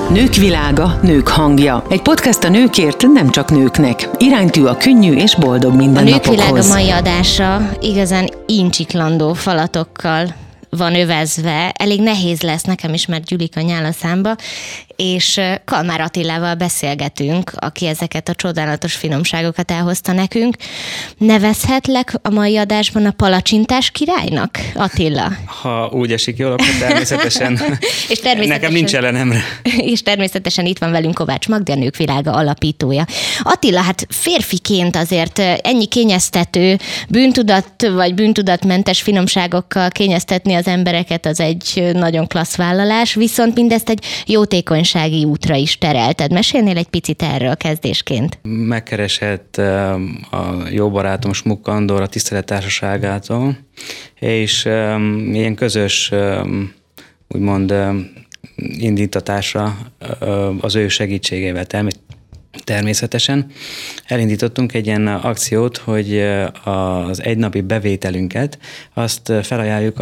Nők világa, nők hangja. Egy podcast a nőkért, nem csak nőknek. Iránytű a könnyű és boldog mindennapokhoz. A Nők világa mai adása igazán incsiklandó falatokkal van övezve. Elég nehéz lesz nekem is, mert gyűlik a nyál a számba, és Kalmár Attilával beszélgetünk, aki ezeket a csodálatos finomságokat elhozta nekünk. Nevezhetlek a mai adásban a palacsintás királynak, Attila? Ha úgy esik jól, akkor természetesen, nekem nincs ellenemre. És természetesen itt van velünk Kovács Magdi, a Nők világa alapítója. Attila, hát férfiként azért ennyi kényeztető, bűntudat vagy bűntudatmentes finomságokkal kényeztetni az embereket, az egy nagyon klassz vállalás, viszont mindezt egy jótékonysági útra is terelted. Mesélnél egy picit erről kezdésként? Megkeresett a jó barátom Smuk Andor a Tisztelettársaságától, és ilyen közös, úgymond indítatásra az ő segítségével természetesen elindítottunk egy ilyen akciót, hogy az egynapi bevételünket azt felajánljuk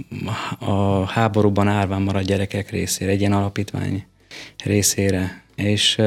a háborúban árván maradt gyerekek részére, egy ilyen alapítvány részére. És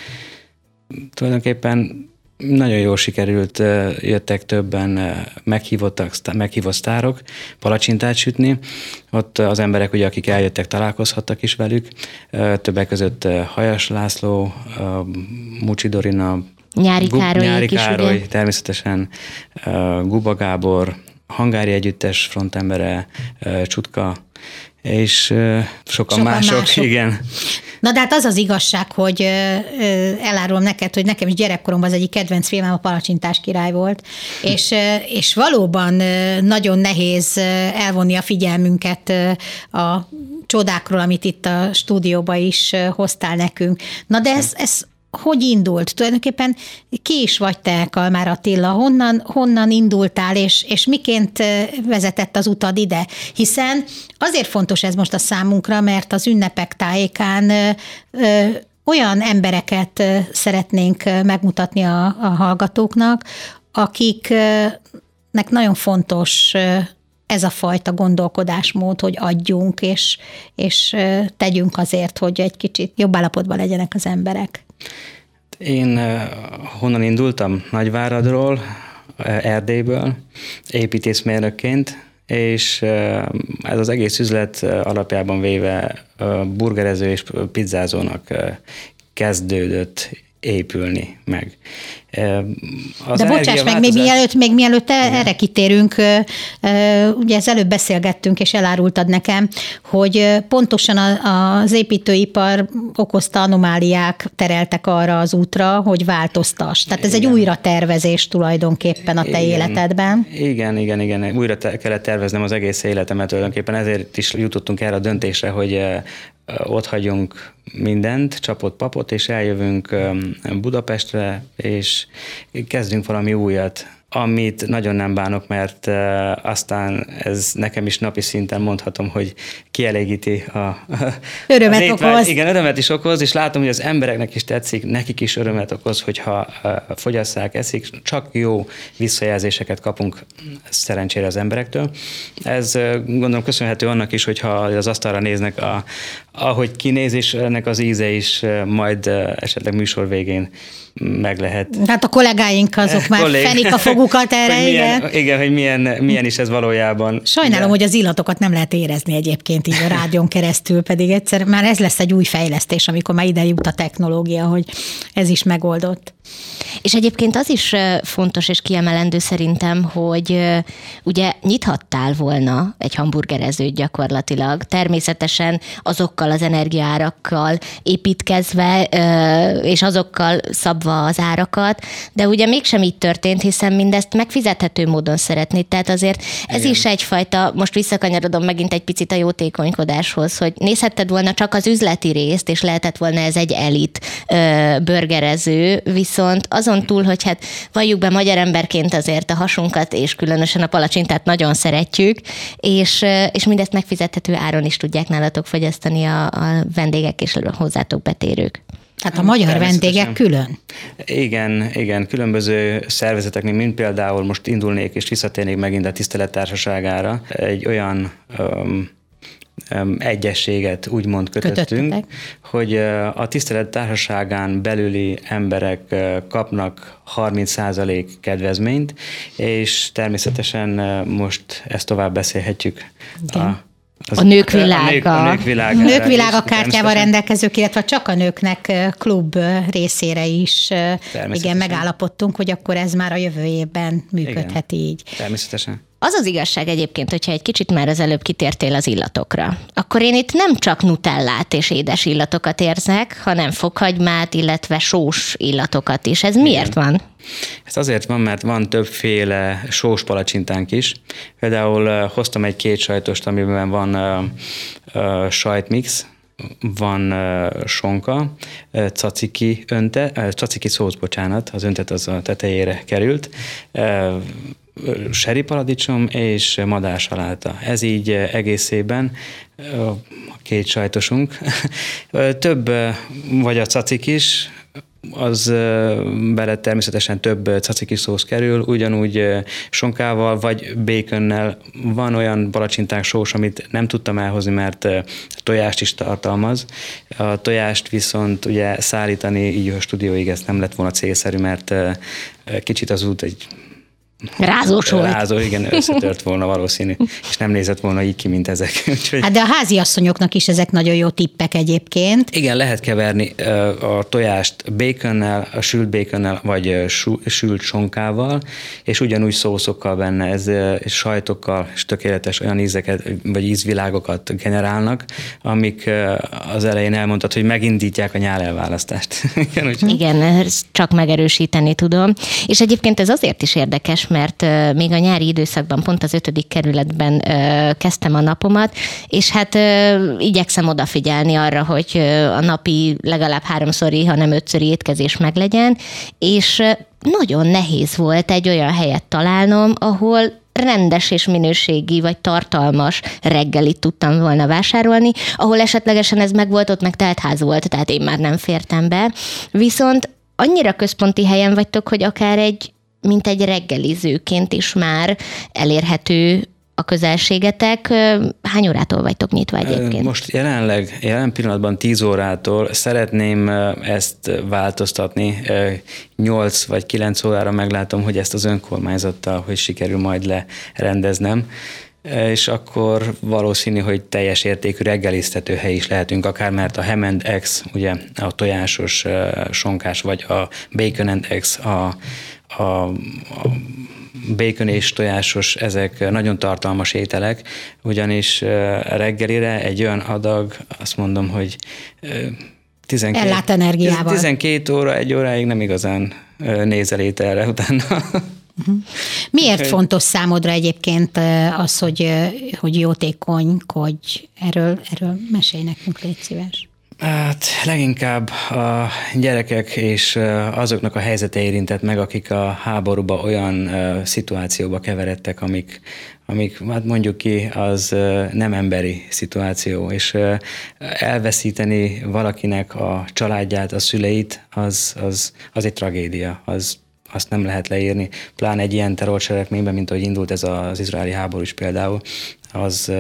tulajdonképpen nagyon jól sikerült, jöttek többen meghívott sztárok palacsintát sütni. Ott az emberek, ugye, akik eljöttek, találkozhattak is velük. Többek között Hajas László, Mucsi Dorina, Nyári Károly, természetesen Guba Gábor, Hangári Együttes frontembere, Csutka, és sokan mások. Igen. Na de hát az az igazság, hogy elárulom neked, hogy nekem is gyerekkoromban az egyik kedvenc filmem a Palacsintás király volt, és valóban nagyon nehéz elvonni a figyelmünket a csodákról, amit itt a stúdióba is hoztál nekünk. Na de ez hogy indult? Tulajdonképpen ki is vagy te, Kalmár Attila? Honnan indultál, és miként vezetett az utad ide? Hiszen azért fontos ez most a számunkra, mert az ünnepek tájékán olyan embereket szeretnénk megmutatni a hallgatóknak, akiknek nagyon fontos ez a fajta gondolkodásmód, hogy adjunk, és tegyünk azért, hogy egy kicsit jobb állapotban legyenek az emberek. Én honnan indultam? Nagyváradról, Erdélyből, építészmérnökként, és ez az egész üzlet alapjában véve burgerező és pizzázónak kezdődött épülni meg. De bocsáss meg, még mielőtt erre kitérünk, ugye ezt előbb beszélgettünk, és elárultad nekem, hogy pontosan az építőipar okozta anomáliák tereltek arra az útra, hogy változtass. Tehát ez egy újratervezés tulajdonképpen a te életedben. Igen. Újra kellett terveznem az egész életemet tulajdonképpen, ezért is jutottunk erre a döntésre, hogy ott hagyunk mindent, csapott papot, és eljövünk Budapestre, és kezdünk valami újat, amit nagyon nem bánok, mert aztán ez nekem is napi szinten mondhatom, hogy kielégíti örömet okoz. Igen, örömet is okoz, és látom, hogy az embereknek is tetszik, nekik is örömet okoz, hogyha fogyasszák, eszik, csak jó visszajelzéseket kapunk szerencsére az emberektől. Ez gondolom köszönhető annak is, hogyha az asztalra néznek, ahogy kinéz, és ennek az íze is majd esetleg műsor végén meg lehet. Hát a kollégáink azok már fenik a fogukat erre, igen, hogy milyen is ez valójában. Sajnálom, hogy az illatokat nem lehet érezni egyébként így a rádión keresztül, pedig egyszer már ez lesz egy új fejlesztés, amikor már ide jut a technológia, hogy ez is megoldott. És egyébként az is fontos és kiemelendő szerintem, hogy ugye nyithattál volna egy hamburgerezőt gyakorlatilag, természetesen azokkal az energiaárakkal építkezve, és azokkal szabva az árakat, de ugye mégsem így történt, hiszen mindezt megfizethető módon szeretnéd, tehát azért ez is egyfajta, most visszakanyarodom megint egy picit a jótékonykodáshoz, hogy nézhetted volna csak az üzleti részt, és lehetett volna ez egy elit burgerező, viszont azon túl, hogy hát valljuk be magyar emberként azért a hasunkat, és különösen a palacsintát nagyon szeretjük, és mindezt megfizethető áron is tudják nálatok fogyasztani a vendégek és hozzátok betérők. Tehát a magyar vendégek külön? Igen, különböző szervezeteknél, mint például most indulnék és visszatérnék megint a Tisztelettársaságára, egy olyan egyességet úgymond kötöttünk, hogy a tisztelet társaságán belüli emberek kapnak 30% kedvezményt, és természetesen most ezt tovább beszélhetjük. A nők világa. A nők világa kártyával rendelkezők, illetve csak a nőknek klub részére is igen, megállapodtunk, hogy akkor ez már a jövő évben működhet így. Természetesen. Az az igazság egyébként, hogyha egy kicsit már az előbb kitértél az illatokra, akkor én itt nem csak nutellát és édes illatokat érzek, hanem fokhagymát, illetve sós illatokat is. Ez miért van? Ez azért van, mert van többféle sós palacsintánk is. Például hoztam egy 2 sajtost, amiben van sajtmix, van sonka, caciki szósz, az öntet az a tetejére került, seri paradicsom és madársaláta. Ez így egészében a 2 sajtosunk. Több, vagy a cacik is, az bele természetesen több caciki szósz kerül, ugyanúgy sonkával vagy baconnel. Van olyan palacsintánk sós, amit nem tudtam elhozni, mert tojást is tartalmaz. A tojást viszont ugye szállítani így a stúdióig ezt nem lett volna célszerű, mert kicsit az út egy rázós volt. Rázó, igen, összetört volna valószínű, és nem nézett volna így ki, mint ezek. Úgyhogy... Hát de a háziasszonyoknak is ezek nagyon jó tippek egyébként. Igen, lehet keverni a tojást baconnel, a sült baconnel, vagy sült sonkával, és ugyanúgy szószokkal benne, ez sajtokkal, és tökéletes olyan ízeket, vagy ízvilágokat generálnak, amik az elején elmondtad, hogy megindítják a nyálelválasztást. Igen, ezt csak megerősíteni tudom. És egyébként ez azért is érdekes, mert még a nyári időszakban pont az 5. kerületben kezdtem a napomat, és hát igyekszem odafigyelni arra, hogy a napi legalább 3-szori, hanem 5-szöri étkezés meglegyen, és nagyon nehéz volt egy olyan helyet találnom, ahol rendes és minőségi, vagy tartalmas reggelit tudtam volna vásárolni, ahol esetlegesen ez megvolt, ott meg teltház volt, tehát én már nem fértem be. Viszont annyira központi helyen vagytok, hogy akár mint egy reggelizőként is már elérhető a közelségetek. Hány órától vagytok nyitva egyébként? Most jelen pillanatban 10 órától szeretném ezt változtatni. 8 vagy 9 órára meglátom, hogy ezt az önkormányzattal, hogy sikerül majd lerendeznem. És akkor valószínű, hogy teljes értékű reggeliztető hely is lehetünk akár, mert a Ham and Eggs, ugye a tojásos sonkás, vagy a Bacon and Eggs, a bacon és tojásos, ezek nagyon tartalmas ételek, ugyanis reggelire egy olyan adag, azt mondom, hogy 12 óra, 1 óráig nem igazán nézel ételre utána. Miért fontos számodra egyébként az, hogy jótékonykodj? Erről mesélj nekünk, légy szíves. Hát leginkább a gyerekek és azoknak a helyzete érintett meg, akik a háborúba olyan szituációba keveredtek, amik hát mondjuk ki, az nem emberi szituáció, és elveszíteni valakinek a családját, a szüleit, az egy tragédia, azt nem lehet leírni. Pláne egy ilyen terrorcselekményben, mint ahogy indult ez az izraeli háború is például, az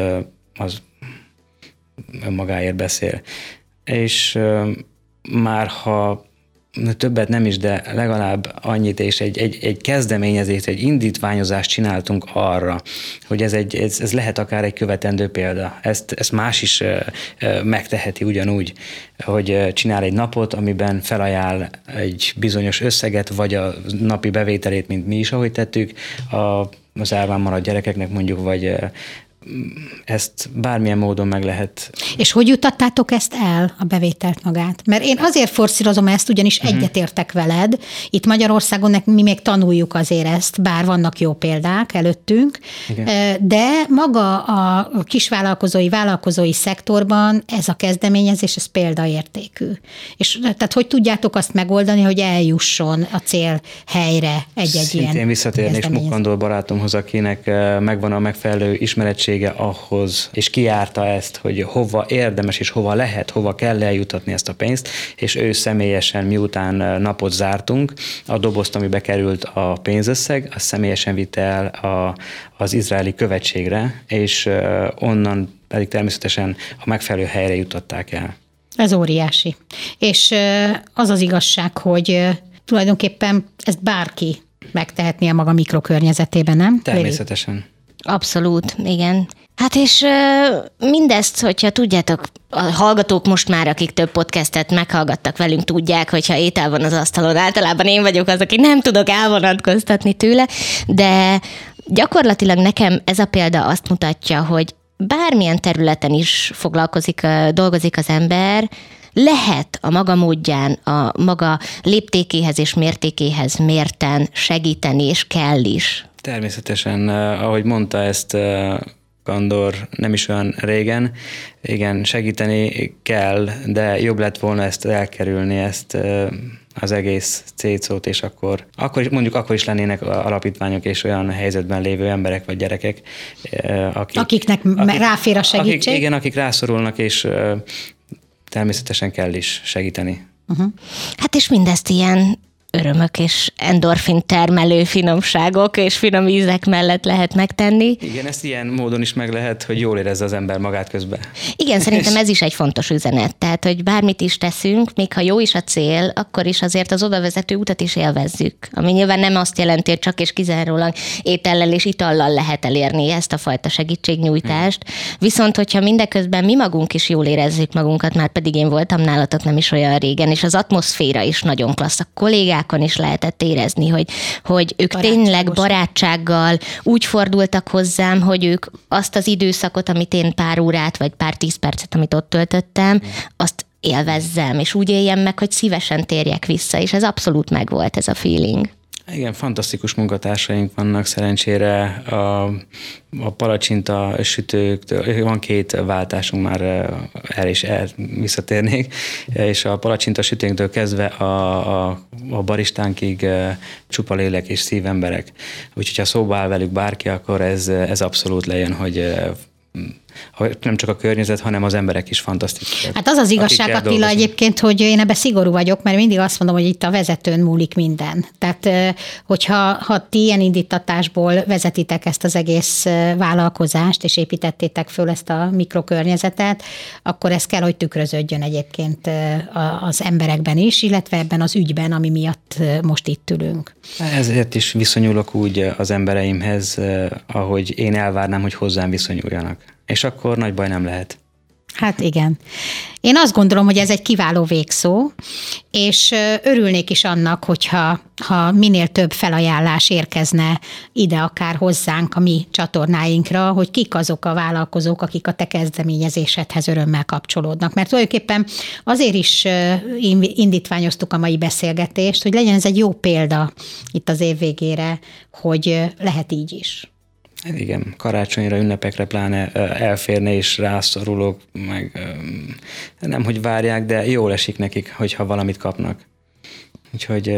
önmagáért beszél. És már ha többet nem is, de legalább annyit, és egy kezdeményezést, egy indítványozást csináltunk arra, hogy ez lehet akár egy követendő példa. Ezt más is megteheti ugyanúgy, hogy csinál egy napot, amiben felajánl egy bizonyos összeget, vagy a napi bevételét, mint mi is, ahogy tettük, az árván maradt gyerekeknek mondjuk, vagy ezt bármilyen módon meg lehet. És hogy jutattátok ezt el, a bevételt magát? Mert én azért forszírozom ezt, ugyanis egyetértek veled. Itt Magyarországon mi még tanuljuk azért ezt, bár vannak jó példák előttünk, igen. De maga a vállalkozói szektorban ez a kezdeményezés, ez példaértékű. És tehát hogy tudjátok azt megoldani, hogy eljusson a cél helyre egy-egy ilyen Szintén visszatérni és Mukkandol barátomhoz, akinek megvan a megfelelő ismeretsége ahhoz, és kijárta ezt, hogy hova érdemes és hova lehet, hova kell eljutatni ezt a pénzt, és ő személyesen, miután napot zártunk, a dobozt, ami bekerült a pénzösszeg, azt személyesen vitte el az izraeli követségre, és onnan pedig természetesen a megfelelő helyre jutották el. Ez óriási. És az az igazság, hogy tulajdonképpen ezt bárki megtehetné a maga mikrokörnyezetében, nem? Természetesen. Abszolút, igen. Hát és mindezt, hogyha tudjátok, a hallgatók most már, akik több podcastet meghallgattak velünk, tudják, hogyha étel van az asztalon, általában én vagyok az, aki nem tudok elvonatkoztatni tőle, de gyakorlatilag nekem ez a példa azt mutatja, hogy bármilyen területen is dolgozik az ember, lehet a maga módján, a maga léptékéhez és mértékéhez mérten segíteni, és kell is. Természetesen, ahogy mondta ezt Kandor nem is olyan régen, igen, segíteni kell, de jobb lett volna ezt elkerülni, ezt az egész cécót, és akkor is lennének alapítványok és olyan helyzetben lévő emberek vagy gyerekek, akiknek ráfér a segítség? Akik rászorulnak, és természetesen kell is segíteni. Uh-huh. Hát és mindezt ilyen örömök és endorfin termelő finomságok és finom ízek mellett lehet megtenni. Igen, ezt ilyen módon is meg lehet, hogy jól érezze az ember magát közben. Igen, szerintem ez is egy fontos üzenet. Tehát, hogy bármit is teszünk, még ha jó is a cél, akkor is azért az odavezető utat is élvezzük. Ami nyilván nem azt jelenti, hogy csak és kizárólag étellel és itallal lehet elérni ezt a fajta segítségnyújtást. Viszont, hogyha mindeközben mi magunk is jól érezzük magunkat, már pedig én voltam nálatok nem is olyan régen, és az atmoszféra is nagyon klassz. A kollégákon is lehetett érezni, hogy ők tényleg barátsággal úgy fordultak hozzám, hogy ők azt az időszakot, amit én pár órát, vagy pár 10 percet, amit ott töltöttem, azt élvezzem, és úgy éljem meg, hogy szívesen térjek vissza, és ez abszolút megvolt, ez a feeling. Igen, fantasztikus munkatársaink vannak szerencsére, a palacsinta sütőktől, van 2 váltásunk már, visszatérnék, és a palacsinta sütőnktől kezdve a baristánkig csupa lélek és szívemberek. Úgyhogy ha szóba áll velük bárki, akkor ez abszolút lejön, hogy nem csak a környezet, hanem az emberek is fantasztikusak. Hát az az igazság, Attila, egyébként, hogy én ebben szigorú vagyok, mert mindig azt mondom, hogy itt a vezetőn múlik minden. Tehát, hogyha ti ilyen indítatásból vezetitek ezt az egész vállalkozást, és építettétek föl ezt a mikrokörnyezetet, akkor ez kell, hogy tükröződjön egyébként az emberekben is, illetve ebben az ügyben, ami miatt most itt ülünk. Ezért is viszonyulok úgy az embereimhez, ahogy én elvárnám, hogy hozzám viszonyuljanak. És akkor nagy baj nem lehet. Hát igen. Én azt gondolom, hogy ez egy kiváló végszó, és örülnék is annak, hogyha minél több felajánlás érkezne ide akár hozzánk a mi csatornáinkra, hogy kik azok a vállalkozók, akik a te kezdeményezésedhez örömmel kapcsolódnak. Mert tulajdonképpen azért is indítványoztuk a mai beszélgetést, hogy legyen ez egy jó példa itt az év végére, hogy lehet így is. Igen, karácsonyra, ünnepekre pláne elférne, és rászorulók, meg nem, hogy várják, de jól esik nekik, hogyha valamit kapnak. Úgyhogy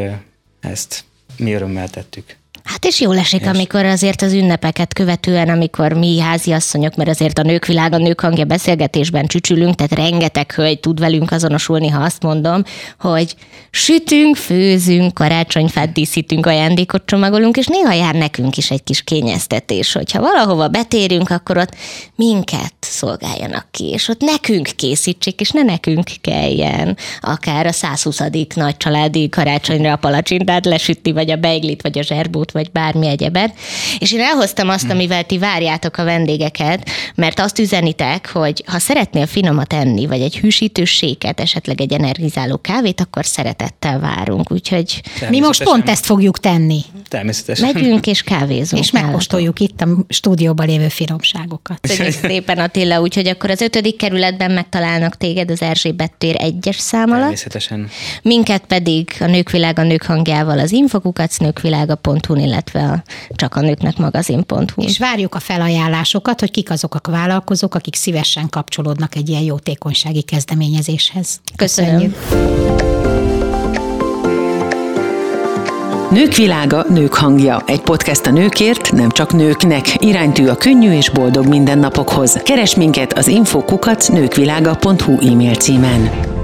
ezt mi örömmel tettük. Hát és jól esik, amikor azért az ünnepeket követően, amikor mi háziasszonyok, mert azért a Nők Világa, Nők Hangja beszélgetésben csücsülünk, tehát rengeteg hölgy tud velünk azonosulni, ha azt mondom, hogy sütünk, főzünk, karácsonyfát díszítünk, ajándékot csomagolunk, és néha jár nekünk is egy kis kényeztetés, hogyha valahova betérünk, akkor ott minket szolgáljanak ki, és ott nekünk készítsék, és ne nekünk kelljen akár a 120. nagycsaládi karácsonyra a palacsintát lesütni, vagy a beiglit, vagy a zserbót, vagy bármi egyebet. És én elhoztam azt, amivel ti várjátok a vendégeket, mert azt üzenitek, hogy ha szeretnél finomat enni, vagy egy hűsítős séket, esetleg egy energizáló kávét, akkor szeretettel várunk. Úgyhogy mi most pont ezt fogjuk tenni. Természetesen. Megyünk és kávézunk. És megkóstoljuk itt a stúdióban lévő finomságokat. Köszönjük szépen, Attila, úgyhogy akkor az 5. kerületben megtalálnak téged az Erzsébet tér 1-es szám alatt. Természetesen. Minket pedig a Nők Világa, Nők Hangjával az infokukacnőkvilága.hu, illetve a csak a nőknek magazin.hu. És várjuk a felajánlásokat, hogy kik azok a vállalkozók, akik szívesen kapcsolódnak egy ilyen jótékonysági kezdeményezéshez. Köszönjük. Nők Világa, Nők Hangja. Egy podcast a nőkért, nem csak nőknek. Iránytű a könnyű és boldog mindennapokhoz. Keresd minket az infokukacnőkvilága.hu e-mail címen.